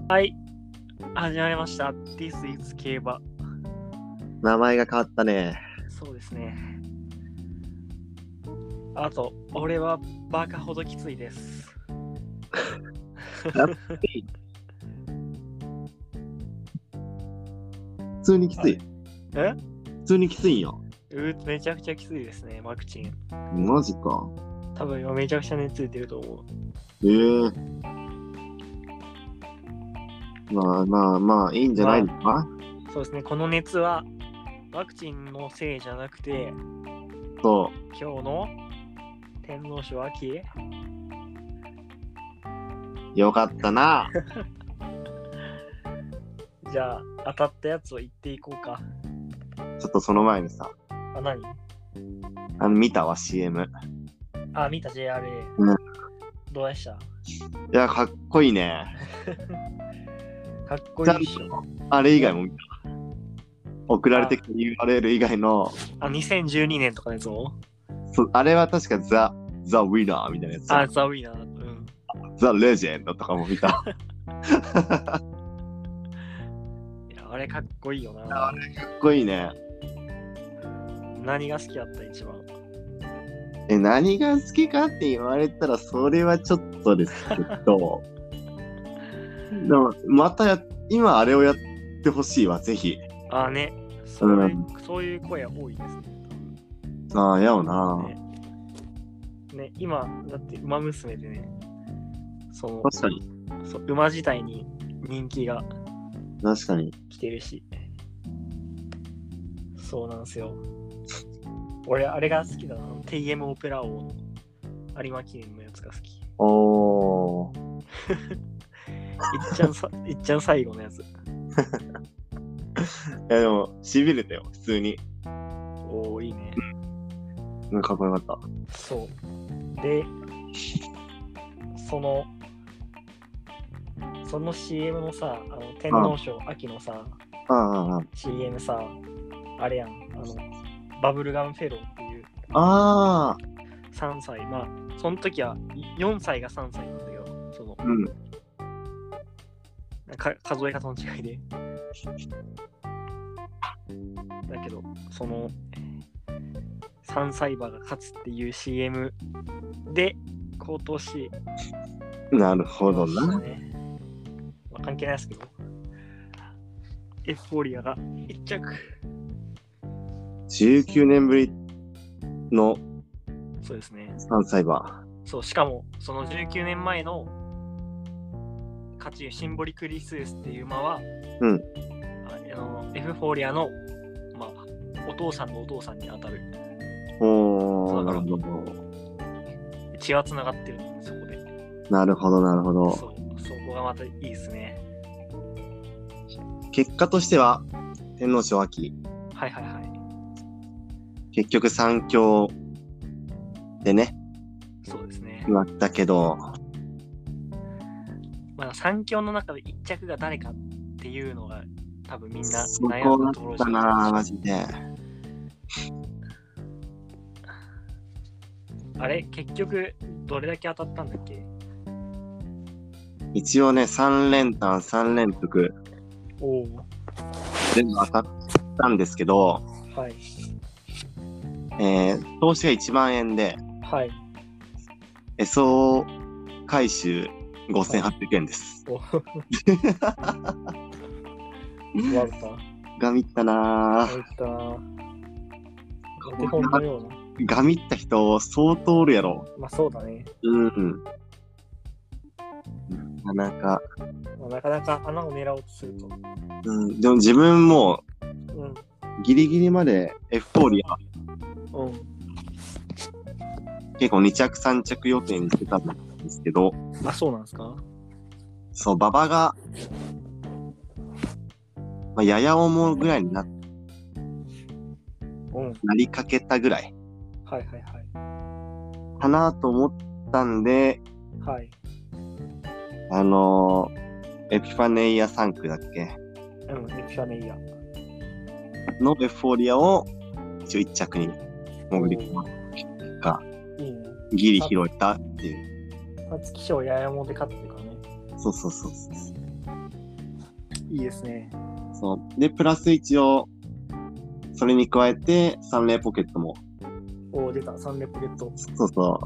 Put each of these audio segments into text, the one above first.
はい、始まりました。This is 競馬。 名前が変わったね。 そうですね。あと、俺はバカほどきついです。 普通にきつい。 え？ 普通にきついんよ。 めちゃくちゃきついですね、ワクチン。 マジか。 多分今めちゃくちゃ熱出てると思う。 まあ、いいんじゃないですか、 そうですね、この熱はワクチンのせいじゃなくて、 そ今日の天皇賞秋よかったな。 じゃあ、当たったやつを言っていこうか。 ちょっとその前にさ、 何？ 見たわ、CM。 見た JRA。どうでした？いや、かっこいいね。 かっこいいっしょ。 あれ以外も見た。送られてきた URL 以外の。 2012年とかのやつも？ あれは確かザ・ウィナーみたいなやつ。 ザ・ウィナー。 ザ・レジェンドとかも見た。 いや、あれかっこいいよな。 あれかっこいいね。 何が好きだった一番？ 何が好きかって言われたらそれはちょっとですけどでもまた今あれをやってほしいわ、ぜひ。 ね、そういう声は多いですね。 やおな。 ね、今だって馬娘でね、 確かに。 馬自体に人気が確かに来てるし、そうなんですよ。俺あれが好きだな。TM オペラ王の有馬記念のやつが好き。 おいっちゃん最後のやつ。 いやでもしびれたよ、普通に。 いいね。 かっこよかった。 そうで、その CM のさ、天皇賞秋のさ、CM さ、あれやん、バブルガムフェローっていう3歳、その時は4歳が3歳なんだけど、数え方の違いで。だけど、3歳馬が勝つっていう CM で高騰し、 なるほどな。 関係ないですけど、エフフォーリアが1着。 19年ぶりのそうですね。 3歳馬。 そう、しかもその19年前の勝ちシンボリクリスエスっていう馬は、エフフォーリアの、お父さんのお父さんに当たる。 なるほど。 血はつながってる、そこで。 なるほど。 そこがまたいいですね。 結果としては天皇賞秋。結局3強でね。 そうですね。 決まったけど、 3強の中で1着が誰かっていうのが多分みんな悩んだところじゃないな、マジで。 あれ結局どれだけ当たったんだっけ？ 一応ね、3連単3連複全部当たったんですけど、投資が1万円で、SO 回収5800円です。ガミったなぁ。ガミった人相当おるやろ。 そうだね。 なかなか穴を狙おうとすると。 でも自分もギリギリまでエフフォーリア、結構2着3着予定にしてたんですけど。 そうなんですか？ そう、馬場がやや重ぐらいになりかけたぐらいかなと思ったんで、エピファネイア3区だっけ？ エピファネイアのエフフォーリアを一応1着に潜り込まれた結果、ギリ拾えたっていう。 皐月賞ややもで勝ってるからね。 そう。 いいですね。 そう。で、プラス一応、それに加えて、サンレイポケットも。 おー、出た、サンレポケット。 そうそう。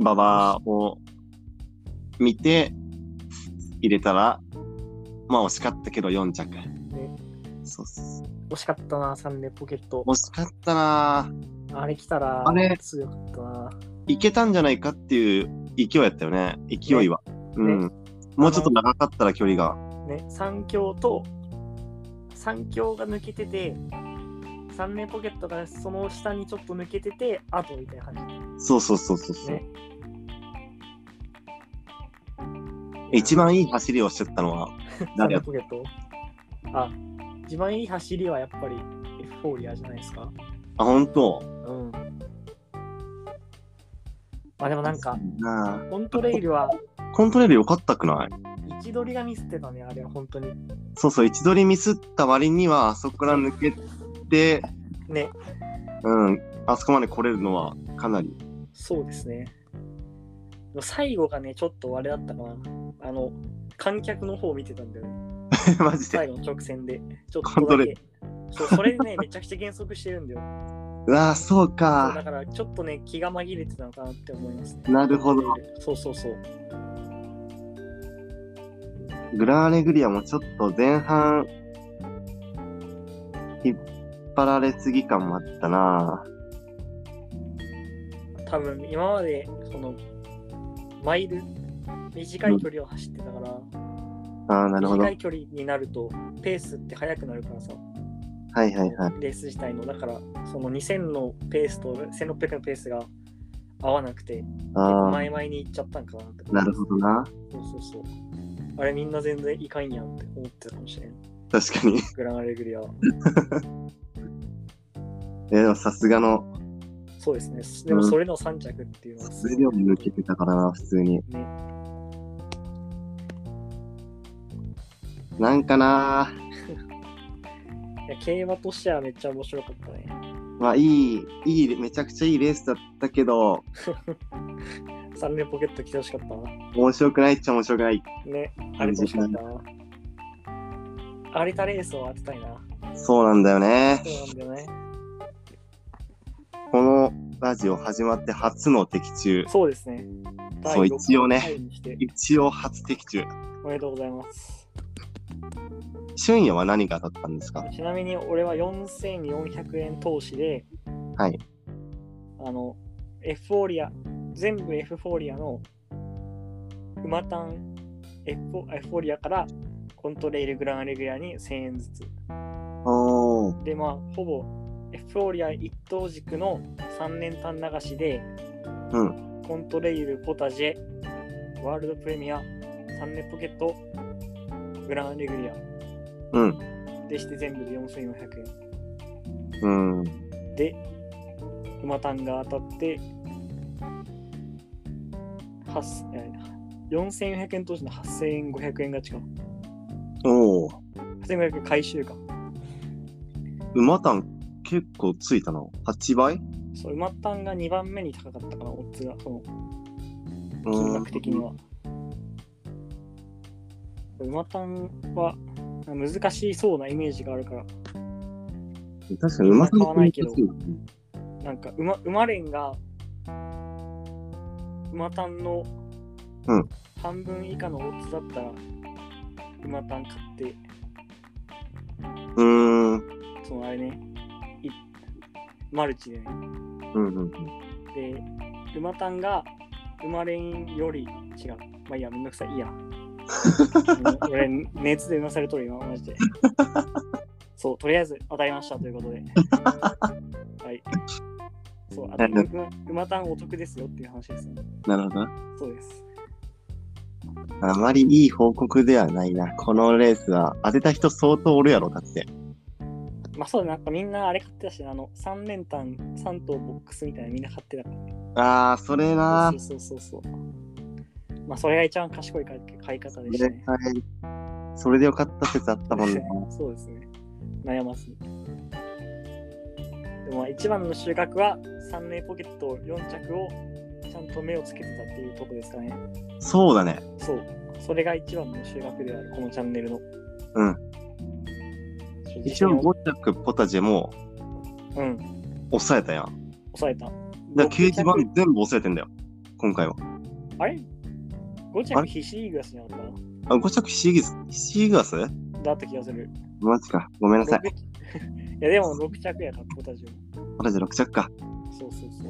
ババを見て、入れたら、まあ惜しかったけど4着。ね。そうそう。 惜しかったな、サンレポケット。 惜しかったな。 あれ来たら、 あれ強かったな。 いけたんじゃないかっていう勢いやったよね。勢いは。ね、うん、ね。もうちょっと長かったら距離が。 ね、三強が抜けてて、サンレポケットがその下にちょっと抜けてて、あとみたいな感じ。 そう。ね、一番いい走りをしてたのは誰やった？サンレポケット？あ、一番いい走りはやっぱりエフフォーリアじゃないですか。 あ、本当？ うん。まあでもなんか、コントレイル良かったくない？ 位置取りがミスってたね、あれは本当に。 そう、位置取りミスった割には、あそこから抜けて、 ね。 うん、あそこまで来れるのはかなり。 そうですね。最後がね、ちょっとあれだったかな。観客の方を見てたんだよね。 マジで。 最後の直線で。ちょっとだけ。それでね、めちゃくちゃ減速してるんだよ。 うわぁ、そうか。 そうだから、ちょっとね、気が紛れてたのかなって思いますね。 なるほど。 そう。 グランアレグリアもちょっと前半、引っ張られすぎ感もあったな。 多分、今まで、マイル、短い距離を走ってたから、 なるほど。 短い距離になると、ペースって速くなるからさ。 はい。 レース自体の、だから、その2000のペースと1600のペースが合わなくて、結構前々に行っちゃったんかなって。 なるほどな。 そう。あれみんな全然いかんやんって思ってたかもしれん。 確かに。 グランアレグリアは。 でもさすがの。 そうですね。でもそれの3着っていうのはそれでも抜けてたからな、普通に。ね。なんかな競馬としてはめっちゃ面白かったね。 まあめちゃくちゃいいレースだったけどサンレポケット来てほしかったな。 面白くないっちゃ面白くない。 ね、あれ欲しかったな。荒れたレースを当てたいな。 そうなんだよね。このラジオ始まって初の的中。 そうですね。 そう、一応ね。一応初的中。 おめでとうございます。 俊也は何が当たったんですか？ ちなみに俺は4400円投資で、 はい。 エフフォーリア、全部エフフォーリアの馬単エフフォーリアからコントレイルグランアレグリアに1000円ずつ。で、まあ、ほぼエフフォーリア一等軸の3年単流しで、コントレイルポタジェ、ワールドプレミア、サンネポケット、グランアレグリア。でして全部で4400円。で、馬単が当たって4400円投資の8500円勝ちか。8500円回収か。 馬単結構ついたな。8倍？ そう、馬単が2番目に高かったかな、オッズが、金額的には。馬単は難しそうなイメージがあるから。 確かに馬単買わないけど、なんか馬連が馬単の半分以下のオッズだったら馬単買って、そのあれね、マルチでね。で、馬単が馬連より違う。まあいいや、めんどくさい。いいや。俺、熱でうなされとるよ、マジで。そう、とりあえず当たりましたということで。はい。そう、馬単お得ですよっていう話ですね。 なるほど。 そうです。 あまりいい報告ではないな。このレースは当てた人相当おるやろ、だって。 まあそうだ、なんかみんなあれ買ってたし、3連単3頭ボックスみたいなみんな買ってたからね。 ああ、それな。 そう。まあそれが一番賢い買い方でしたね。 それでよかった説あったもんね。 そうですね。悩まずに。でも一番の収穫はサンレイポケット4着をちゃんと目をつけてたっていうとこですかね。 そうだね。 そう。それが一番の収穫である、このチャンネルの。 一応5着ポタジェも、抑えたやん。 抑えた。 だ掲示板全部抑えてんだよ、今回は。 あれ ?5 着ヒシーグラスにあった？ あ、5着ヒシーグラスだった気がする。 マジか。ごめんなさい。 いやでも6着やな、ポタジェも。 ポタジェ6着か。 そう。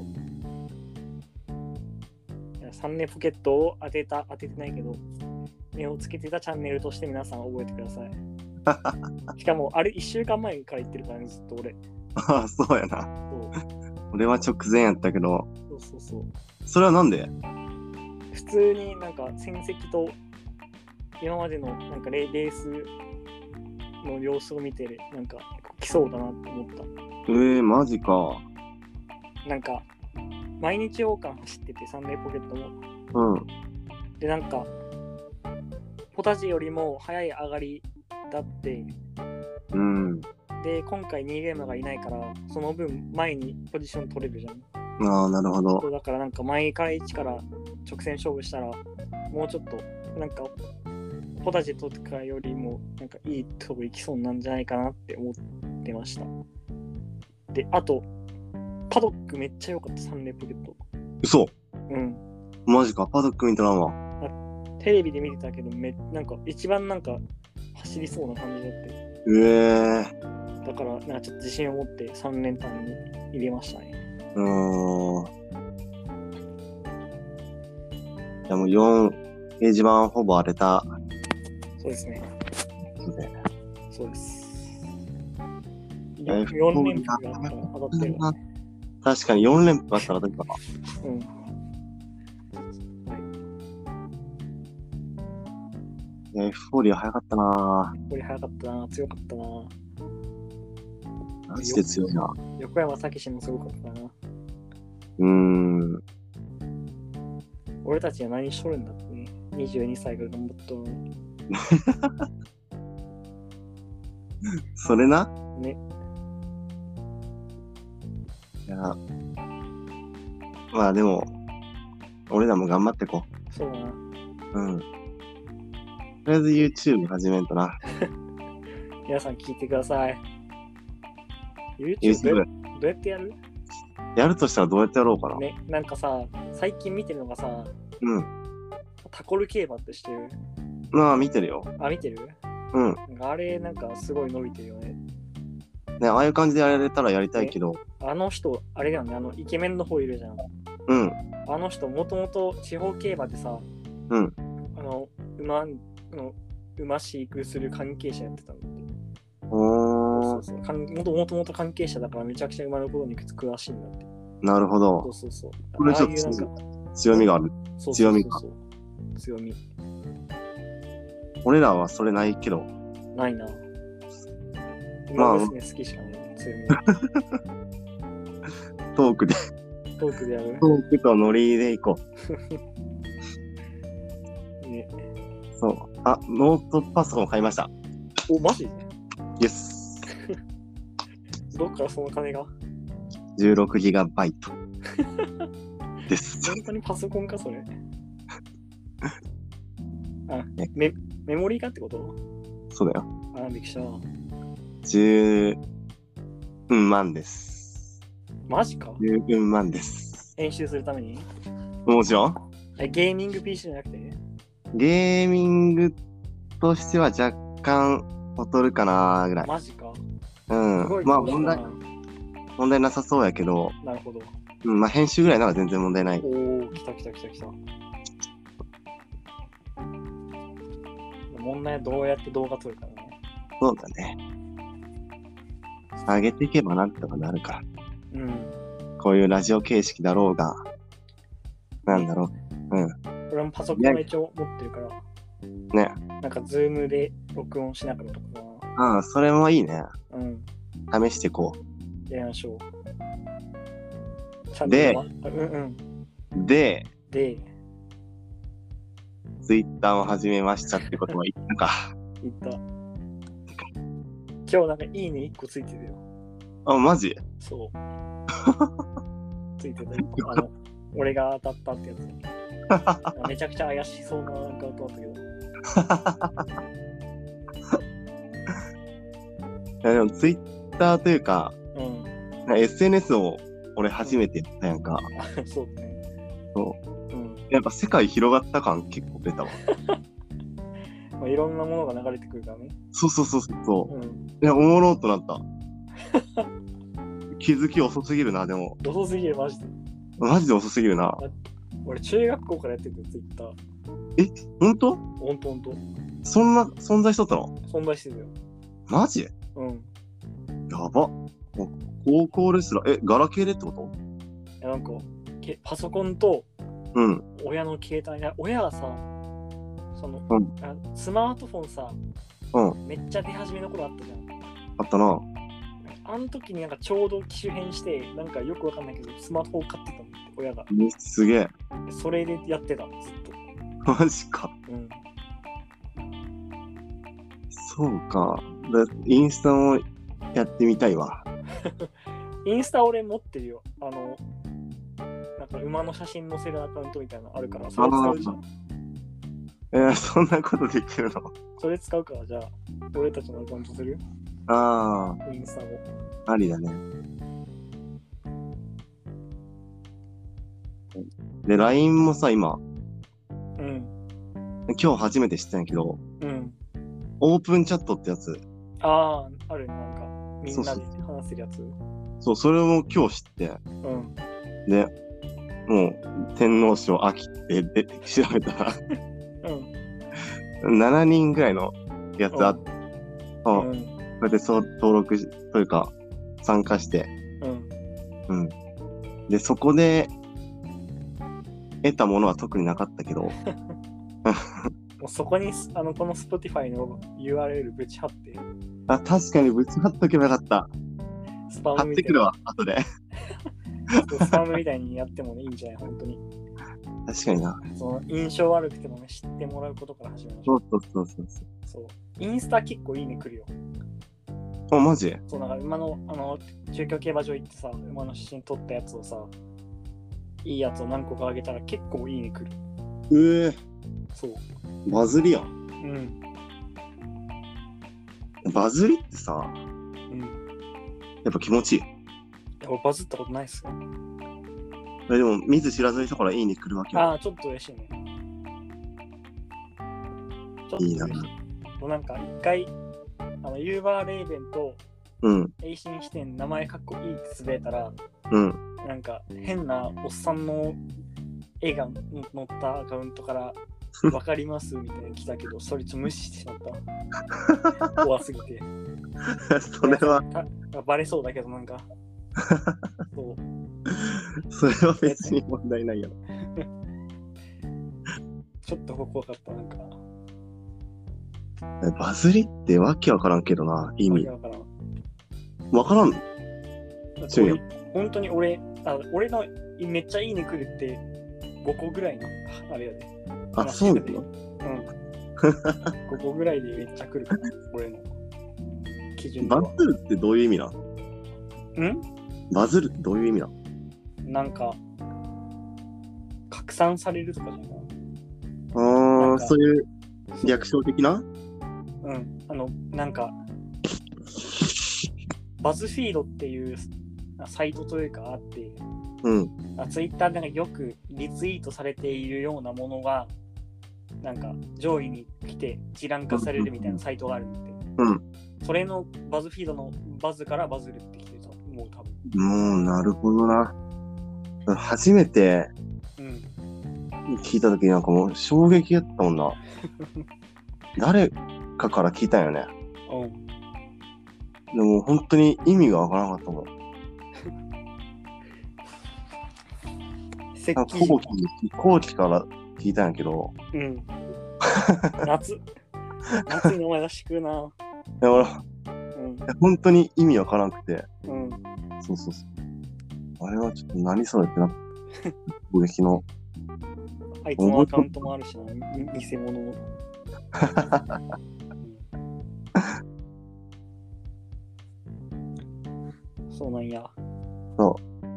サンネポケットを当ててないけど、目をつけてたチャンネルとして皆さん覚えてください。しかも、あれ1週間前から言ってるからね、ずっと俺。 ああ、そうやな。俺は直前やったけど。 そう。 それはなんで？ 普通になんか戦績と今までのなんかレースの様子を見てなんか来そうだなって思った。 マジか。 なんか毎日王冠走っててサンデーポケットも。でなんかポタジよりも早い上がりだって。で今回2ゲームがいないからその分前にポジション取れるじゃん。 ああ、なるほど。 だからなんか前から1から直線勝負したらもうちょっとなんかポタジェとかよりもなんかいいとこ行きそうなんじゃないかなって思ってました。で、あとパドックめっちゃ良かった、サンデーポケット。 嘘？マジか、パドック見たなわ。 テレビで見てたけどなんか一番なんか走りそうな感じだって。だからなんかちょっと自信を持って3連単に入れましたね。 でも4掲示板ほぼ荒れた。 そうですね。そうです。 4 連複が当たってる、ね。 確かに4連複あったら当たったか。エフフォーリア早かったな。強かったな。マジで強いな。 横山武史もすごかったな。俺たちは何しとるんだってね。22歳が頑張っとるのに。 それな。 ね。 いや、まあでも、俺らも頑張ってこう。そうだな。 とりあえず YouTube 始めんとな。 皆さん聞いてください。YouTube どうやってやる？ やるとしたらどうやってやろうかな。 ね、なんかさ、最近見てるのがさ、タコル競馬って知ってる？ まあ見てるよ。 見てる？あれなんかすごい伸びてるよね。 ね、ああいう感じでやれたらやりたいけど。 あの人、あれだよね、イケメンの方いるじゃん。あの人、もともと地方競馬でさ、馬飼育する関係者やってたんだって。もともと関係者だからめちゃくちゃ馬のことに詳しいんだって。 なるほど。これちょっと強みがある。強み。俺らはそれないけど。 ないな。馬娘好きしかない。強み。 トークでやる。 トークとノリでいこう。 ね。 そう。ノートパソコン買いました。 お、マジ？ イエス。 どっからその金が 16GB です。 本当にパソコンかそれ？メモリーかってこと？ そうだよ。 びっくりした。 10万です。 マジか ？10万です。 編集するために？ もちろん。 ゲーミング PC じゃなくて？ ゲーミングとしては若干劣るかなぐらい。 マジか。 まあ問題なさそうやけど。 なるほど。 まあ編集ぐらいなら全然問題ない。 来た。問題はどうやって動画撮るかね。 そうだね。上げていけばなんとかなるから。こういうラジオ形式だろうが、なんだろう。 俺もパソコン一応持ってるから。 ね。 なんかズームで録音しながらとかな。それもいいね。試していこう。やりましょう。 で、 で、 ツイッターを始めましたってことは言ったか。 言った。今日なんかいいね1個ついてるよ。 マジ？ そう。ついてた1個。俺が当たったってやつ。めちゃくちゃ怪しそうなアカウントだったけど。 いやでもツイッターというか、 うん。 SNS を俺初めてやったやんか。 そうね。 そう。 うん。 やっぱ世界広がった感結構出たわ。 まあ、いろんなものが流れてくるからね。 そうそうそうそう。 うん。 いや、おもろーとなった。気づき遅すぎるな、でも。 遅すぎる、マジで。 マジで遅すぎるな。 俺、中学校からやってて、ツイッター。 ほんと？ ほんと。 そんな存在しとったの？ 存在してたよ。 マジ？ うん。 やば。高校レスラー、ガラケーでってこと？ いや、なんか、パソコンと、 うん。 親の携帯で、親がさ、その、 うん、 スマートフォンさ、 うん。 めっちゃ出始めの頃あったじゃん。 あったな。 あの時になんかちょうど機種変して、なんかよくわかんないけど、スマートフォン買ってたのって、親が。 すげえ。 それでやってた、ずっマジか。 と。うん。 そうか。インスタもやってみたいわ。 インスタ俺持ってるよ。なんか馬の写真載せるアカウントみたいなのあるから、それ使うじゃん。 そんなことできるの？ それ使うから、じゃあ、俺たちのアカウントする？ あインスタも。 あ、ありだね。で、LINE もさ、今、 うん。 今日初めて知ったんやけど、 うん。 オープンチャットってやつ。 ああ、あるね、なんか、みんなで話せるやつ。 そう、それも今日知って、 うん。 で、もう、天皇賞秋ってで調べたら、 うん。 7人ぐらいのやつあって、 うん。 こうやって登録というか、参加して、 うん。 うん。で、そこで、得たものは特になかったけど、 もうそこにこの Spotify の URL ぶち貼って。 あ、確かにぶち貼っとけばよかった。 スパム貼ってくるわ、後で。 スパムみたいにやってもね、いいんじゃない？本当に。 確かにな。 その印象悪くてもね、知ってもらうことから始めましょう。そう。インスタ結構いいね来るよ。 あ、マジ？ そう、なんか馬の、中京競馬場行ってさ、馬の写真撮ったやつをさ、いいやつを何個かあげたら結構いいね来る。そう。 バズりやん。 うん。 バズりってさ、 うん。 やっぱ気持ちいい。 いや、俺バズったことないっすよ。 でも、見ず知らずの人からいいね来るわけよ。 ああ、ちょっと嬉しいね。ちょっと嬉しい。 いいな。 もうなんか一回、ユーバーレーベンと、エイシン視点名前かっこいいってつぶやいたら、なんか変なおっさんの絵が載ったアカウントからわかりますみたいな来たけど、それちょっと無視してしまった。怖すぎて。 それはバレそうだけど、なんか。そう。 それは別に問題ないよ。 ちょっと怖かった、なんか。 バズりってわけわからんけどな、意味。 わからん。 わからん。 本当に俺のめっちゃいいね来るって5個ぐらいのあれやで。 あ、そうなの？ うん。5個ぐらいでめっちゃ来るから、俺の基準では。 バズるってどういう意味なの？バズるってどういう意味なの？ なんか、拡散されるとかじゃない？ そういう略称的な？ なんか、バズフィードっていうサイトというかあって、ツイッターでよくリツイートされているようなものが、なんか上位に来て一覧化されるみたいなサイトがあるんで、それのバズフィードのバズからバズるってきてると思う、多分。 もう、なるほどな。初めて聞いたときなんかもう衝撃やったもんな。誰かから聞いたんよね。でも本当に意味がわからなかったもん。後期から聞いたんやけど。 夏い名前出してくるな。 いや、俺、本当に意味わからなくて。そう。あれはちょっと何それってなって。衝撃の。 あいつのアカウントもあるしな、偽物の。そうなんや。 そう。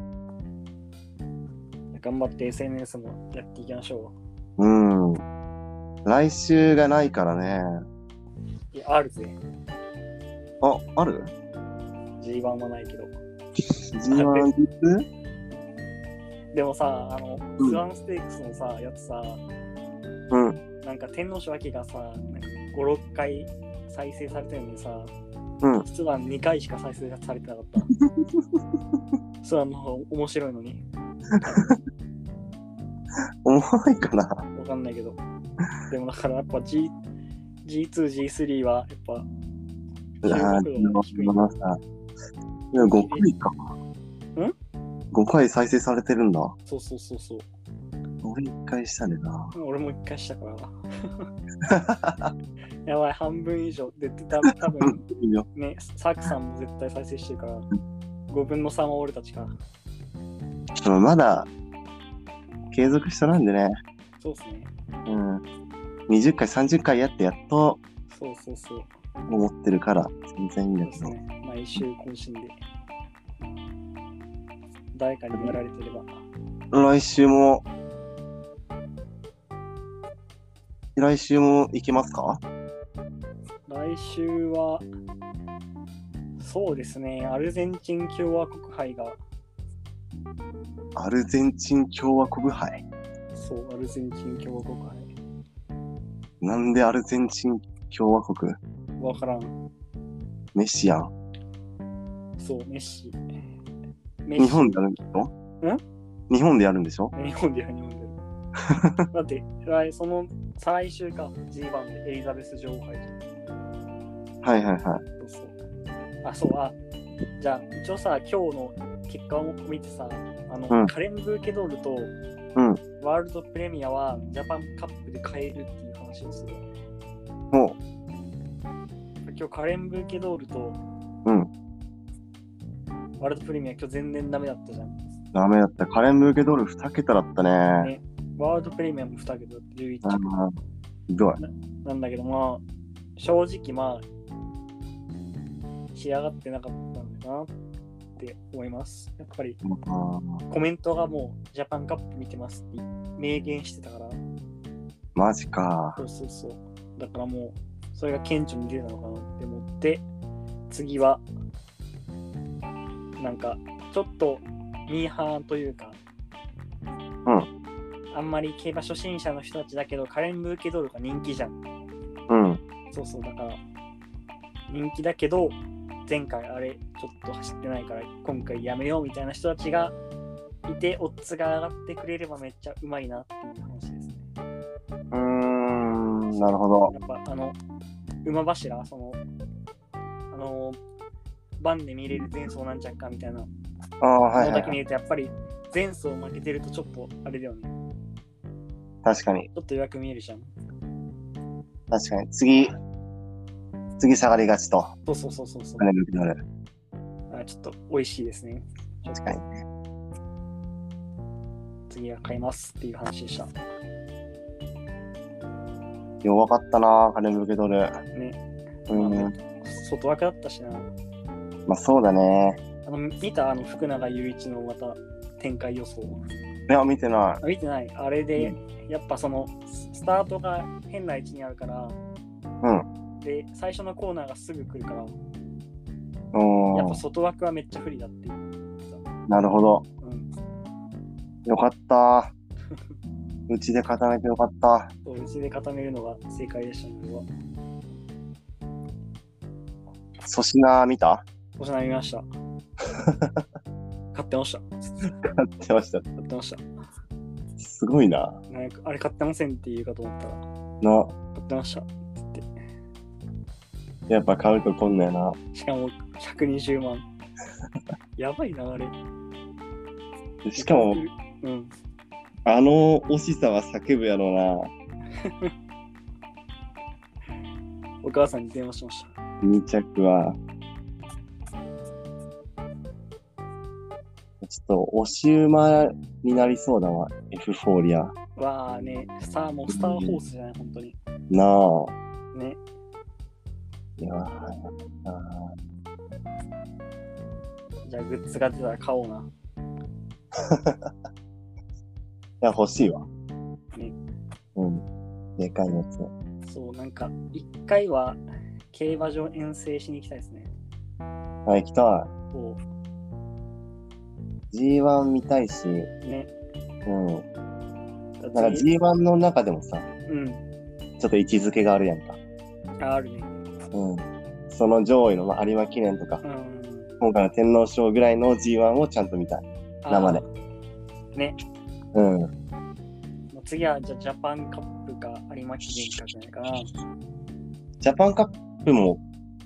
頑張って SNS もやっていきましょう。来週がないからね。 いや、あるぜ。 ある？ G1 はないけど。 G1 実？ でもさ、スワンステークスのさ、やつさ、なんか天皇賞明がさ、なんか5、6回再生されてるのにさ、実は2回しか再生されてなかった。スワンの方面白いのに。 おもろいかな？ わかんないけど。でもだからやっぱ G2、G3 はやっぱ、 いやー、でもさ、5回か。5回再生されてるんだ。 そうそうそうそう。 俺1回したねな。 俺も1回したからやばい、半分以上で多分ね、サクさんも絶対再生してるから5分の3は俺たちか。 でもまだ継続しとらんでね。 そうっすね。 20回30回やってやっとそう思ってるから全然いいんだけど、 ね、毎週更新で誰かに見られてれば。 来週も行けますか？ 来週はそうですね、アルゼンチン共和国杯が。 アルゼンチン共和国杯？ そう、アルゼンチン共和国杯。 なんでアルゼンチン共和国？ わからん。 メッシやん。 そう、メッシ。 日本でやるんでしょ？日本でやるんでしょ？ 日本でやる。だって、その再来週か、G1 でエリザベス女王杯。 はい。 そう。じゃあ、一応さ、今日の結果を見てさ、カレンブーケドールと、ワールドプレミアはジャパンカップで買えるっていう話をする。今日カレンブーケドールと、ワールドプレミア今日全然ダメだったじゃん。 ダメだった。カレンブーケドール2桁だったね。 ワールドプレミアも2桁だって11着。 ひどい。 なんだけど正直仕上がってなかったんだなって思います。やっぱりコメントがもうジャパンカップ見てますって明言してたから。 マジか。 そう。だからもうそれが顕著に出たのかなって思って、次はなんかちょっとミーハーというか、あんまり競馬初心者の人たちだけどカレンブーケドールが人気じゃん。そうだから人気だけど前回あれちょっと走ってないから今回やめようみたいな人たちがいて、オッズが上がってくれればめっちゃうまいなっていう話ですね。 なるほど。 やっぱ馬柱バンで見れる前走なんちゃうかみたいなのだけ見るとやっぱり前走負けてるとちょっとあれだよね。 確かに。 ちょっと弱く見えるじゃん。 確かに。次下がりがちと。 そう。ちょっと美味しいですね。 確かに。 次は買いますっていう話でした。 弱かったな、カレンブーケドール。 外枠だったしな。 まあそうだね。 見た福永祐一のまた展開予想。 いや、見てない。 見てない。あれで、やっぱそのスタートが変な位置にあるから、で、最初のコーナーがすぐ来るから、やっぱ外枠はめっちゃ不利だっていう。 なるほど。よかった。うちで固めてよかった。 うちで固めるのが正解でしたね。 粗品見た？ 粗品見ました。買ってました。 すごいな。 あれ買ってませんって言うかと思ったら。買ってましたって言って。 やっぱ買うとこんなやな。 しかも120万。やばいな、あれ。 しかも、惜しさは叫ぶやろうな。 お母さんに電話しました。 2着は。ちょっと押し馬になりそうだわ、エフフォーリア。 わあね、もうスターホースじゃない、本当に。 なあ。 ね。 いやじゃあグッズが出たら買おうな。 いや、欲しいわ。 ね。 でかいやつ。 そう、なんか、一回は競馬場遠征しに行きたいですね。 あ、行きたい。 そう。 G1 見たいし。 ね。 うん。なんか G1 の中でもさ、 うん。 ちょっと位置づけがあるやんか。 あるね。 うん。その上位の、まあ、有馬記念とか、 うん。 今回の天皇賞ぐらいの G1 をちゃんと見たい。生で。 ね。 うん。 次はじゃあジャパンカップか有馬記念かじゃないかな。 ジャパンカップも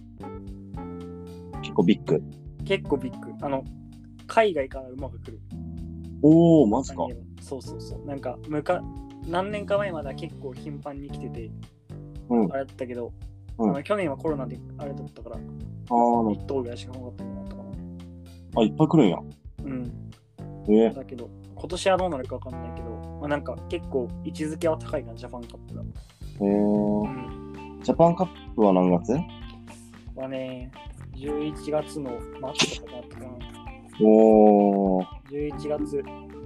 結構ビッグ。 結構ビッグ。海外から馬が来る。 おー、マジか。 そうそうそう。なんか何年か前までは結構頻繁に来てて、 うん、 あれだったけど、 うん、 去年はコロナであれだったから、1頭ぐらいしか来なかったのかな。 あ、いっぱい来るんや。 うん。だけど、今年はどうなるかわかんないけど、まあ、なんか結構位置づけは高いな、ジャパンカップが。 ジャパンカップは何月はね、11月の末とかだったかな。 おー。 11月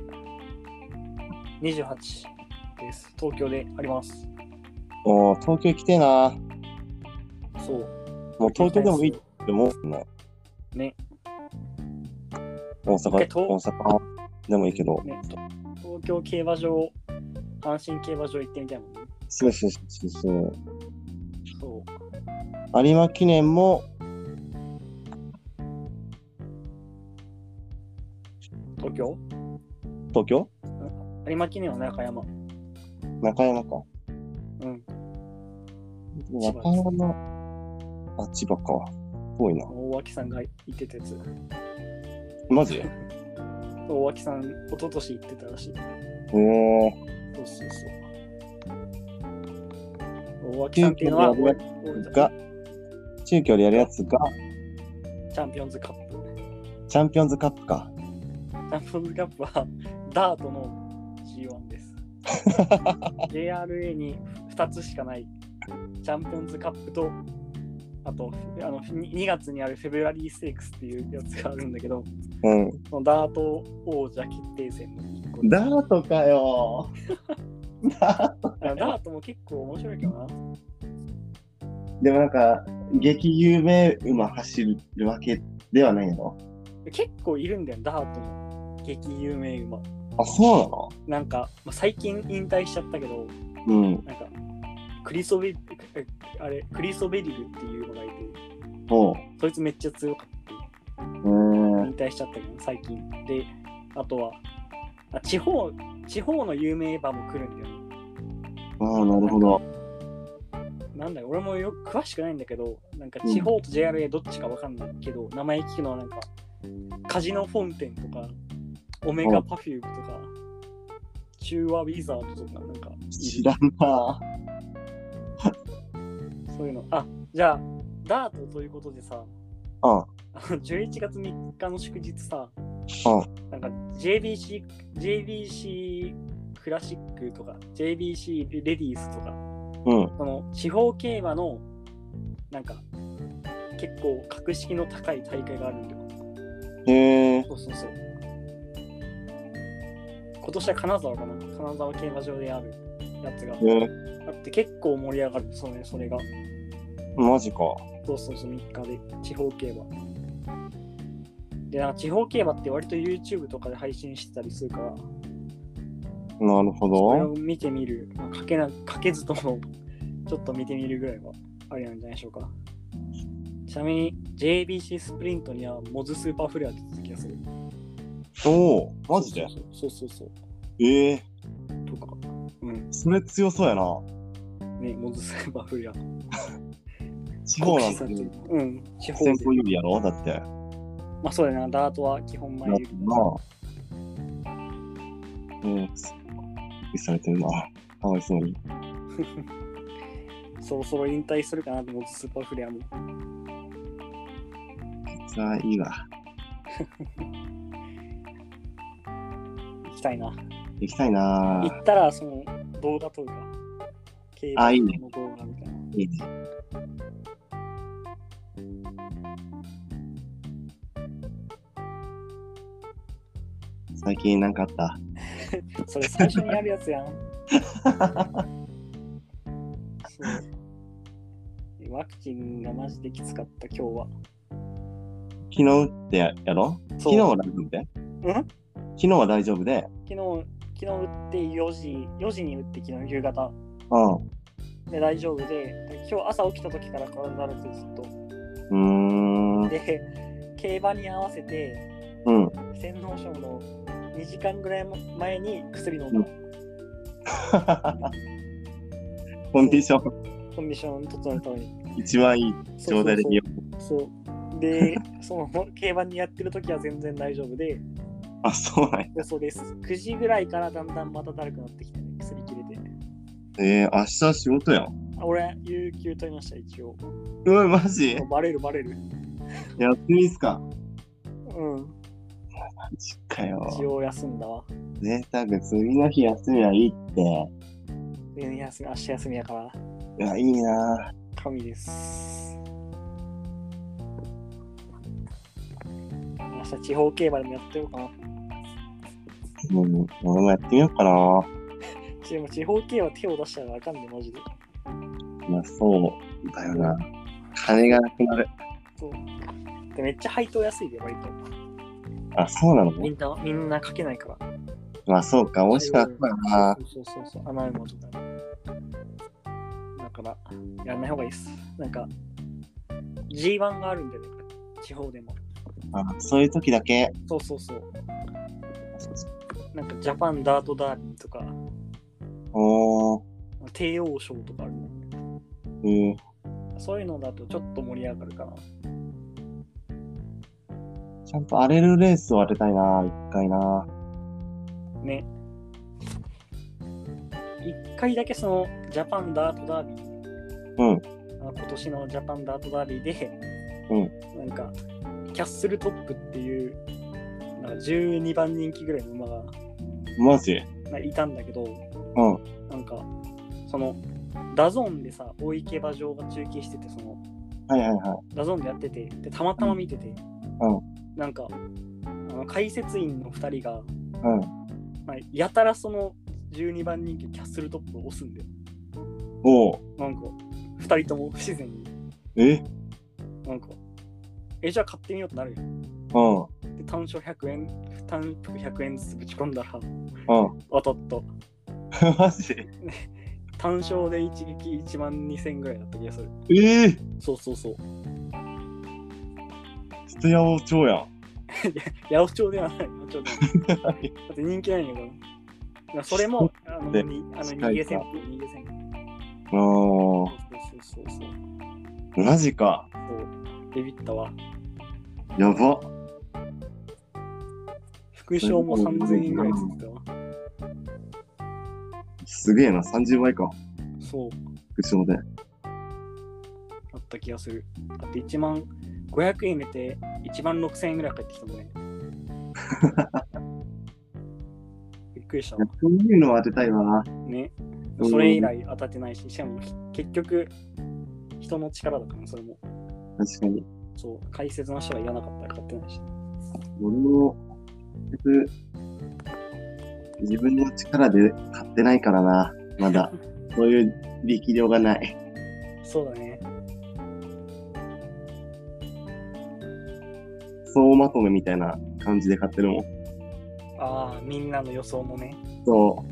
28です。東京であります。 おー、東京来てえな。 そう。 もう東京でもいいって思うね。 ね。 大阪でもいいけど。 ね、東京競馬場、阪神競馬場行ってみたいもんね。 そう。 そう。 有馬記念も東京有馬記念は中山か。うん。 中山、あ、千葉か。遠いな。 大脇さんが行ってたやつ。 マジ大脇さん、一昨年行ってたらしい。 そう。 大脇さんっていうのは、 中京でやるやつが、 チャンピオンズカップ。 チャンピオンズカップか。 チャンピオンズカップは、ダートの G1 です。JRA に2つしかないチャンピオンズカップと、あと2月にあるフェブラリーステークスっていうやつがあるんだけど、そのダート王者決定戦の1個。 ダートかよダートも結構面白いけどな。 でもなんか、激有名馬走るわけではないの？ 結構いるんだよ、ダートの激有名馬。 あ、そうなの？ なんか、最近引退しちゃったけど、なんか、クリソベリルっていうのがいて、そいつめっちゃ強かった。引退しちゃったけど、最近。で、あとは、地方の有名馬も来るんだよね。 なるほど。 なんだよ、俺もよく詳しくないんだけど、なんか地方と JRA どっちかわかんないけど、名前聞くのはなんか、カジノフォンテンとか、オメガパフュームとか、中和ウィザードとかなんか知らんな。 そういうの。じゃあダートということでさ、11月3日の祝日さ、なんか JBC クラシックとか JBC レディースとか、その地方競馬のなんか結構格式の高い大会があるんだよ。そう。今年は金沢競馬場であるやつがあって結構盛り上がる。それがマジか。 そう3日で地方競馬で、なんか地方競馬って割と YouTube とかで配信してたりするから、 なるほど。 それを見てみる、かけずともちょっと見てみるぐらいはありなんじゃないでしょうか。ちなみに JBC スプリントにはモズスーパーフレアって気がする。 マジで？ そう。とか。 それ強そうやな。 ね、モズスーパーフレア。 地方なんて。 地方先行有利やろだって。 まあそうだな、ダートは基本前有利だな。されてるな。かわいそうに。 そろそろ引退するかなと思って、スーパーフレアも。 さあ、いいわ。 行きたいな。 行ったら、その動画とか、競馬の動画みたいな。 いいね。最近なんかあったそれ最初にやるやつやん。ワクチンがマジできつかった今日は。 昨日打ってやろ？昨日は大丈夫で？昨日は大丈夫で。 昨日打って4時に打って昨日夕方。で大丈夫で、今日朝起きた時から体だるくてずっと。で、競馬に合わせて、洗脳症の2時間ぐらい前に薬飲んだ。 コンディション整えるために。 一番いい状態でいいよ。 そうで、その競馬にやってる時は全然大丈夫で。 あ、そうなんや。 そうです。9時ぐらいからだんだんまただるくなってきて、ね、薬切れて。 明日仕事やん。 俺、有給取りました、一応。 マジ？ バレる。 休みっすか？ マジかよ。 一応休んだわ。 贅沢、次の日休みはいいって。 明日休みやから。 いや、いいな。 神です。明日地方競馬でもやってようかな。 俺もやってみようかな。 地方競馬手を出したらあかんね、マジで。 まあそうだよな。金がなくなる。 そう。でめっちゃ配当安いで、割と。 あ、そうなの？ みんなかけないから。 まあそうか、もしかしたらな。 そう。穴馬とか。だから、やんない方がいいっす。なんか、G1 があるんでね、地方でも。 あ、そういう時だけ。 そう。なんか、ジャパンダートダービーとか、帝王賞とかあるの。そういうのだとちょっと盛り上がるかな。 ちゃんと荒れるレースを当てたいな、一回な。 ね。一回だけそのジャパンダートダービー、今年のジャパンダートダービーで、なんかキャッスルトップっていうなんか12番人気ぐらいの馬がマジ？ いたんだけど、なんかそのダゾーンでさ、大井競馬場が中継してて、そのダゾーンでやってて、でたまたま見てて、なんか解説員の2人が、やたらその12番人気キャッスルトップを押すんだよ。なんか2人とも不自然に。なんかじゃあ買ってみようとなるよ。で単勝100円、単服100円ずつぶち込んだら、当たった。 マジ？ 単勝で一撃1万2000円ぐらいだった気がする。そう。 ちょっと八百長やん。 八百長ではない。だって人気ないんやから。それも逃げ戦。そう。 マジか。 そう。ビビったわ。 やば。 副賞も3000円ぐらいついたわ。 すげえな、30倍か。 そう。 副賞で。 あった気がする。だって1万500円入れて1万6000円ぐらい返ってきたもんね。びっくりしたわ。 そういうのは当てたいわ。 ね。それ以来当たってないし、しかも結局人の力だから、それも。 確かに。 そう、解説の人が言わなかったら買ってないし。 俺も自分の力で買ってないからな、まだ。そういう力量がない。 そうだね。 総まとめみたいな感じで買ってるもん。 ああ、みんなの予想もね。 そう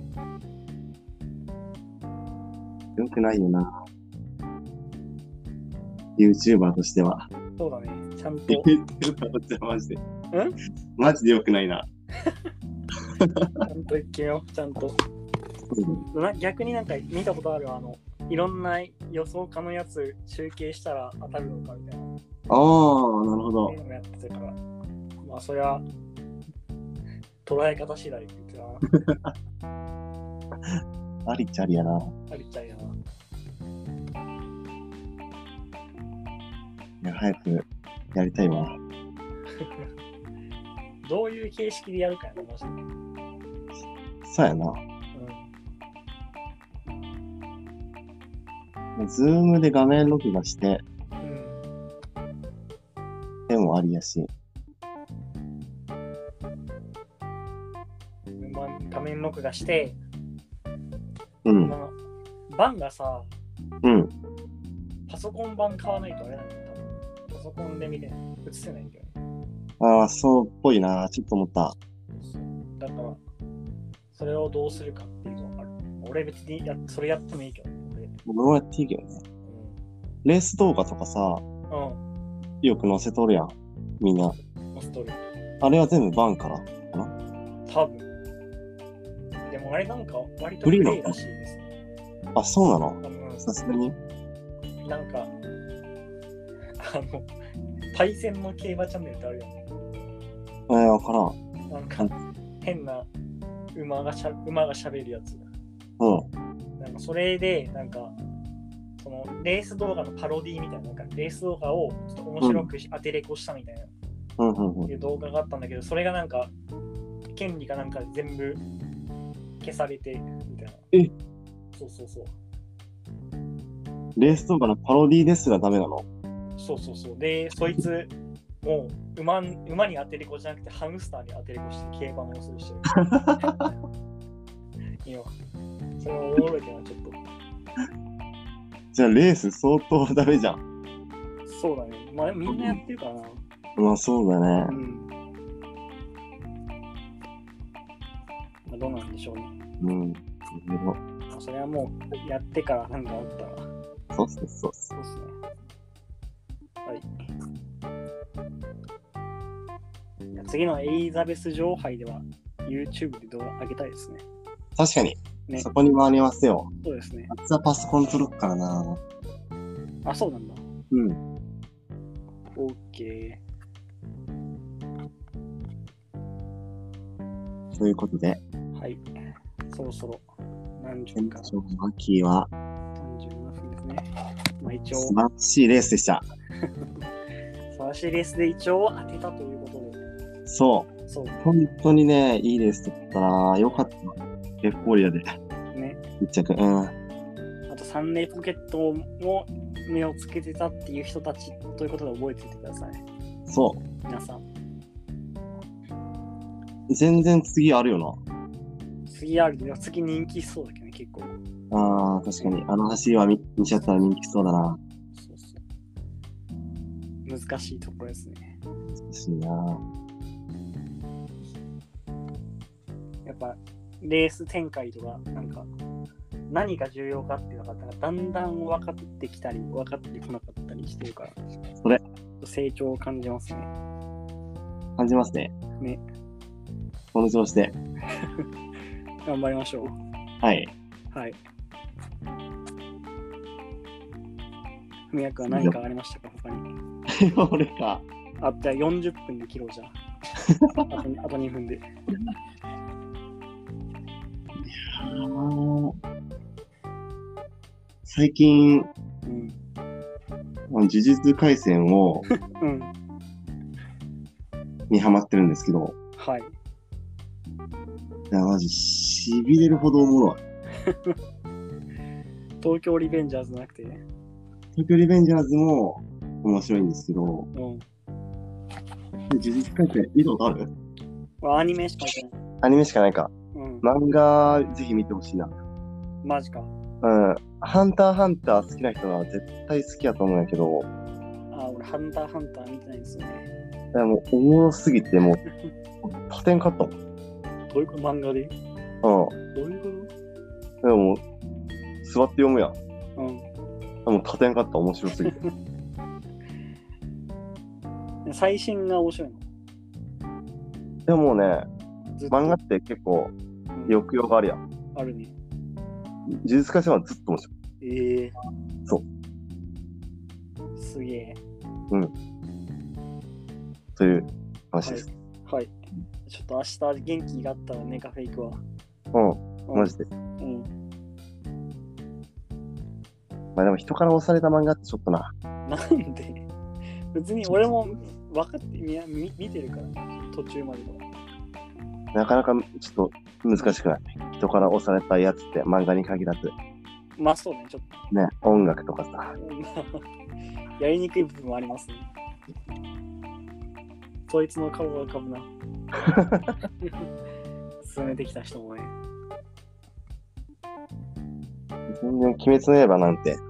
。よくないよな。YouTuber としては。 そうだね。ちゃんと。 YouTuber としてはマジで。マジでよくないな。 ちゃんといけよ、ちゃんと。逆になんか見たことあるいろんな予想家のやつ集計したら当たるのかみたいな。 ああ、なるほど。 そういうのもやってたから、まあそりゃ捉え方次第って言ってたな。 ありっちゃありやな。 ありっちゃありやな。 いや、早くやりたいわ。 どういう形式でやるかやな、マジで。 そうやな。ズームで画面録画して、でもありやし。 画面録画して、版がさ、パソコン版買わないとあれなんだよ、多分。パソコンで見て映せないんだよね。 ああ、そうっぽいな。ちょっと思った。 だから、それをどうするかっていうのがある。俺別にそれやってもいいけど。 俺もやっていいけどね。レース動画とかさ、よく載せとるやん。みんな。 載せとる。 あれは全部バンからかな？ 多分。でもあれなんか割とフリーらしいですね。 あ、そうなの？さすがに。 なんか、パイセンの競馬チャンネルってあるよね。 わからん。 なんか、変な馬が喋るやつ。なんかそれで、なんか、そのレース動画のパロディみたいな、なんかレース動画をちょっと面白く当てレコしたみたいな、いう動画があったんだけど、それがなんか、権利かなんか全部消されて、みたいな。そうそうそう。 レース動画のパロディですらダメなの？ そうそうそう。で、そいつ、もう馬に当てレコじゃなくてハムスターに当てレコして競馬の予想してる。いいよ。それも驚いてな、ちょっと。 じゃあレース相当ダメじゃん。 そうだね。まあみんなやってるからな。 まあそうだね。 まあ、どうなんでしょうね。 それはもうやってからなんかあったら。 そうっすね。 はい。次のエリザベス女王杯では YouTube で動画上げたいですね。 確かに。ね、そこにもありますよ。 そうですね。 あっちはパソコン届くからな。 あ、そうなんだ。OK。 ということで。 はい。そろそろ何十分かな。 秋は 37分ですね。まあ一応。 素晴らしいレースでした。 素晴らしいレースで一応当てたということで。 そう。本当にね、いいレースだったな。よかった。エフフォーリアで。 ね。 一着。 あとサンデーポケットも目をつけてたっていう人たちということで覚えておいてください。 そう。 皆さん。 全然次あるよな。 次あるけど、次人気そうだけどね、結構。 ああ、確かに。あの走りは見ちゃったら人気そうだな。 難しいところですね。 難しいな。 やっぱ、レース展開とか、なんか、何が重要かっていうのが、だんだん分かってきたり、分かってこなかったりしてるから、 それ。 成長を感じますね。 感じますね。 ね。 この調子で。 頑張りましょう。 はい。 はい。ふみやくんは何かありましたか、他に。 俺か。 あ、じゃあ40分で切ろうじゃん。あと2分で。 最近、呪術廻戦を、にハマってるんですけど、 はい。 いや、マジ、しびれるほどおもろい。 東京リベンジャーズじゃなくてね。 東京リベンジャーズも面白いんですけど、呪術廻戦見たことある？ アニメしか見てない。 アニメしかないか。漫画ぜひ見てほしいな。 マジか。 ハンターハンター好きな人は絶対好きやと思うんやけど。 俺ハンターハンター見てないんですよね。 もうおもろすぎて、もう、他店買ったもん。 どういうこと漫画で？どういうこと？でも、座って読むやん。もう他店買った、面白すぎて。 最新が面白いの？ でもね、漫画って結構抑揚があるやん。 あるね。 呪術廻戦はずっと面白い。そう。 すげえ。 という話です。 はい。ちょっと明日元気があったらネカフェ行くわ。 マジで。まあでも人から押された漫画ってちょっとな。 なんで？別に俺も分かって見てるから、途中までは。 なかなかちょっと難しくない。人から押されたやつって漫画に限らず。 まあそうね、ちょっと。 ね、音楽とかさ。 やりにくい部分もありますね。そいつの顔が浮かぶな。進めてきた人もね。 全然鬼滅の刃なんて。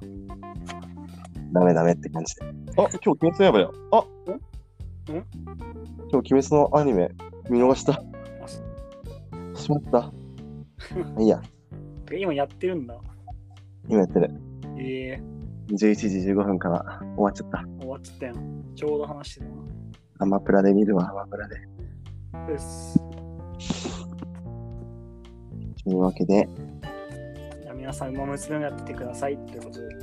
ダメって感じで。今日鬼滅の刃や。 今日、鬼滅のアニメ見逃した。しまった。いいや。 今やってるんだ。 今やってる。11時15分から終わっちゃった。 終わっちゃったよ。ちょうど話してたな。 アマプラで見るわ、アマプラで。 です。 というわけで。 じゃあ皆さん、馬娘をやっててくださいということで。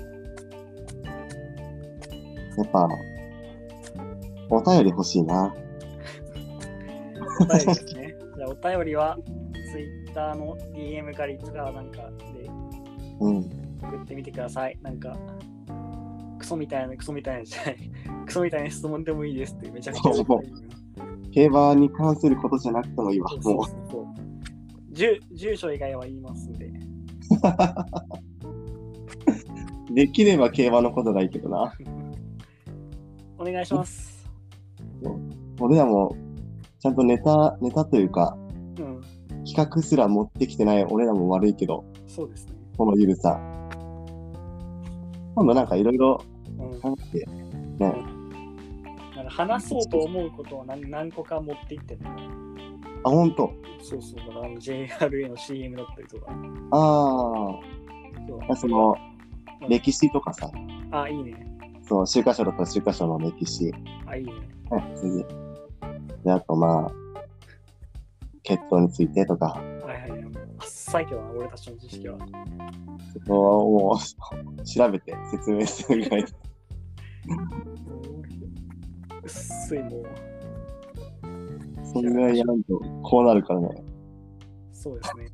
やっぱ、お便り欲しいな。 お便りですね。じゃあお便りは、Twitter の DM かリツかなんかで送ってみてください。なんか、クソみたいなじゃない。クソみたいな質問でもいいですってめちゃくちゃ競馬に関することじゃなくてもいいわ。もう住所以外は言いますんで。 できれば競馬のことがいいけどな。 お願いします。 俺らもちゃんとネタというか、企画すら持ってきてない俺らも悪いけど、 そうですね。 このゆるさ。今度なんかいろいろ考えて、ね。 なんか話そうと思うことは何個か持っていってるの。 あ、ほんと。 そうそう。だからJRA の CM だったりとか。 その、歴史とかさ。 あ、いいね。 そう、秋華賞だったら秋華賞の歴史。 あ、いいね。 次。で、あとまあ、血統についてとか。 はいはい。あっさいけどな、俺たちの知識は。 そこをもう調べて説明するぐらい。 薄いもう。 それぐらいやらんとこうなるからね。 そうですね。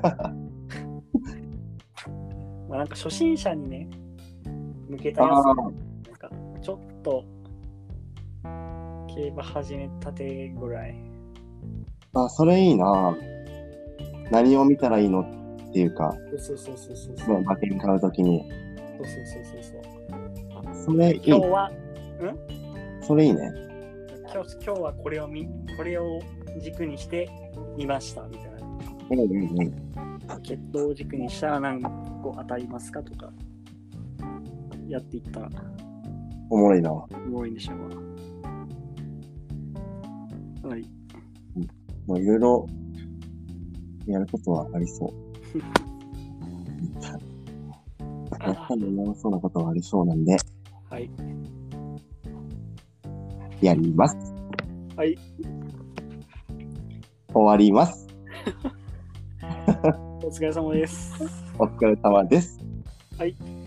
まあなんか初心者にね、向けたやつ、なんかちょっと競馬始めたてぐらい。 あ、それいいな。何を見たらいいのっていうか、 そう。 馬券買うときに。 そう。 それいい。 今日は、 それいいね。 今日はこれを軸にして見ましたみたいな。血統を軸にしたら何個当たりますかとかやっていったらおもろいな。 おもろいんでしょう。はい。 もういろいろやることはありそう。やったらやらそうなことはありそうなんで。 はい。 やります。 はい。 終わります。 お疲れ様です。 お疲れ様です。 はい。